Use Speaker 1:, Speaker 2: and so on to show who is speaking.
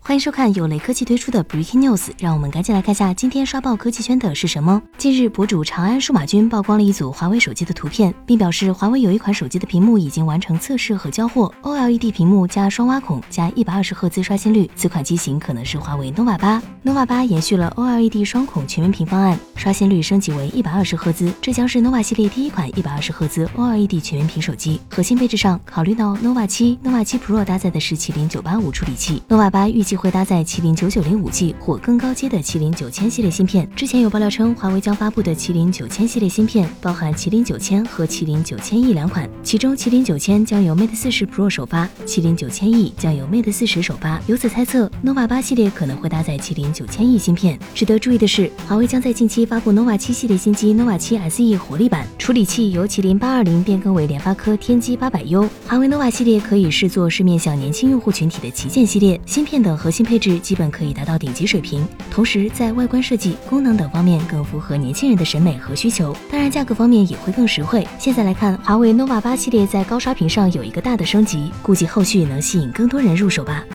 Speaker 1: 欢迎收看由雷科技推出的 Breaking News， 让我们赶紧来看下今天刷爆科技圈的是什么。近日，博主长安数码君曝光了一组华为手机的图片，并表示华为有一款手机的屏幕已经完成测试和交货 ，OLED 屏幕加双挖孔加120赫兹刷新率，此款机型可能是华为 nova 8。nova 8延续了 OLED 双孔全面屏方案，刷新率升级为120赫兹，这将是 nova 系列第一款120赫兹 OLED 全面屏手机。核心配置上，考虑到 nova 7、nova 7 Pro 搭载的是麒麟985处理器 ，nova 8预计会搭载麒麟9905G 或更高阶的麒麟9000系列芯片。之前有爆料称，华为将发布的麒麟9000系列芯片包含麒麟9000和麒麟9000E 两款，其中麒麟9000将由 Mate 40 Pro 首发，麒麟9000E 将由 Mate 40首发。由此猜测 ，nova 8系列可能会搭载麒麟9000E 芯片。值得注意的是，华为将在近期发布 nova 7系列新机 nova 7 SE 活力版，处理器由麒麟820变更为联发科天玑800U。华为 nova 系列可以视作是面向年轻用户群体的旗舰系列，芯片等核心配置基本可以达到顶级水平，同时在外观设计、功能等方面更符合年轻人的审美和需求，当然价格方面也会更实惠。现在来看，华为 nova 8系列在高刷屏上有一个大的升级，估计后续能吸引更多人入手吧。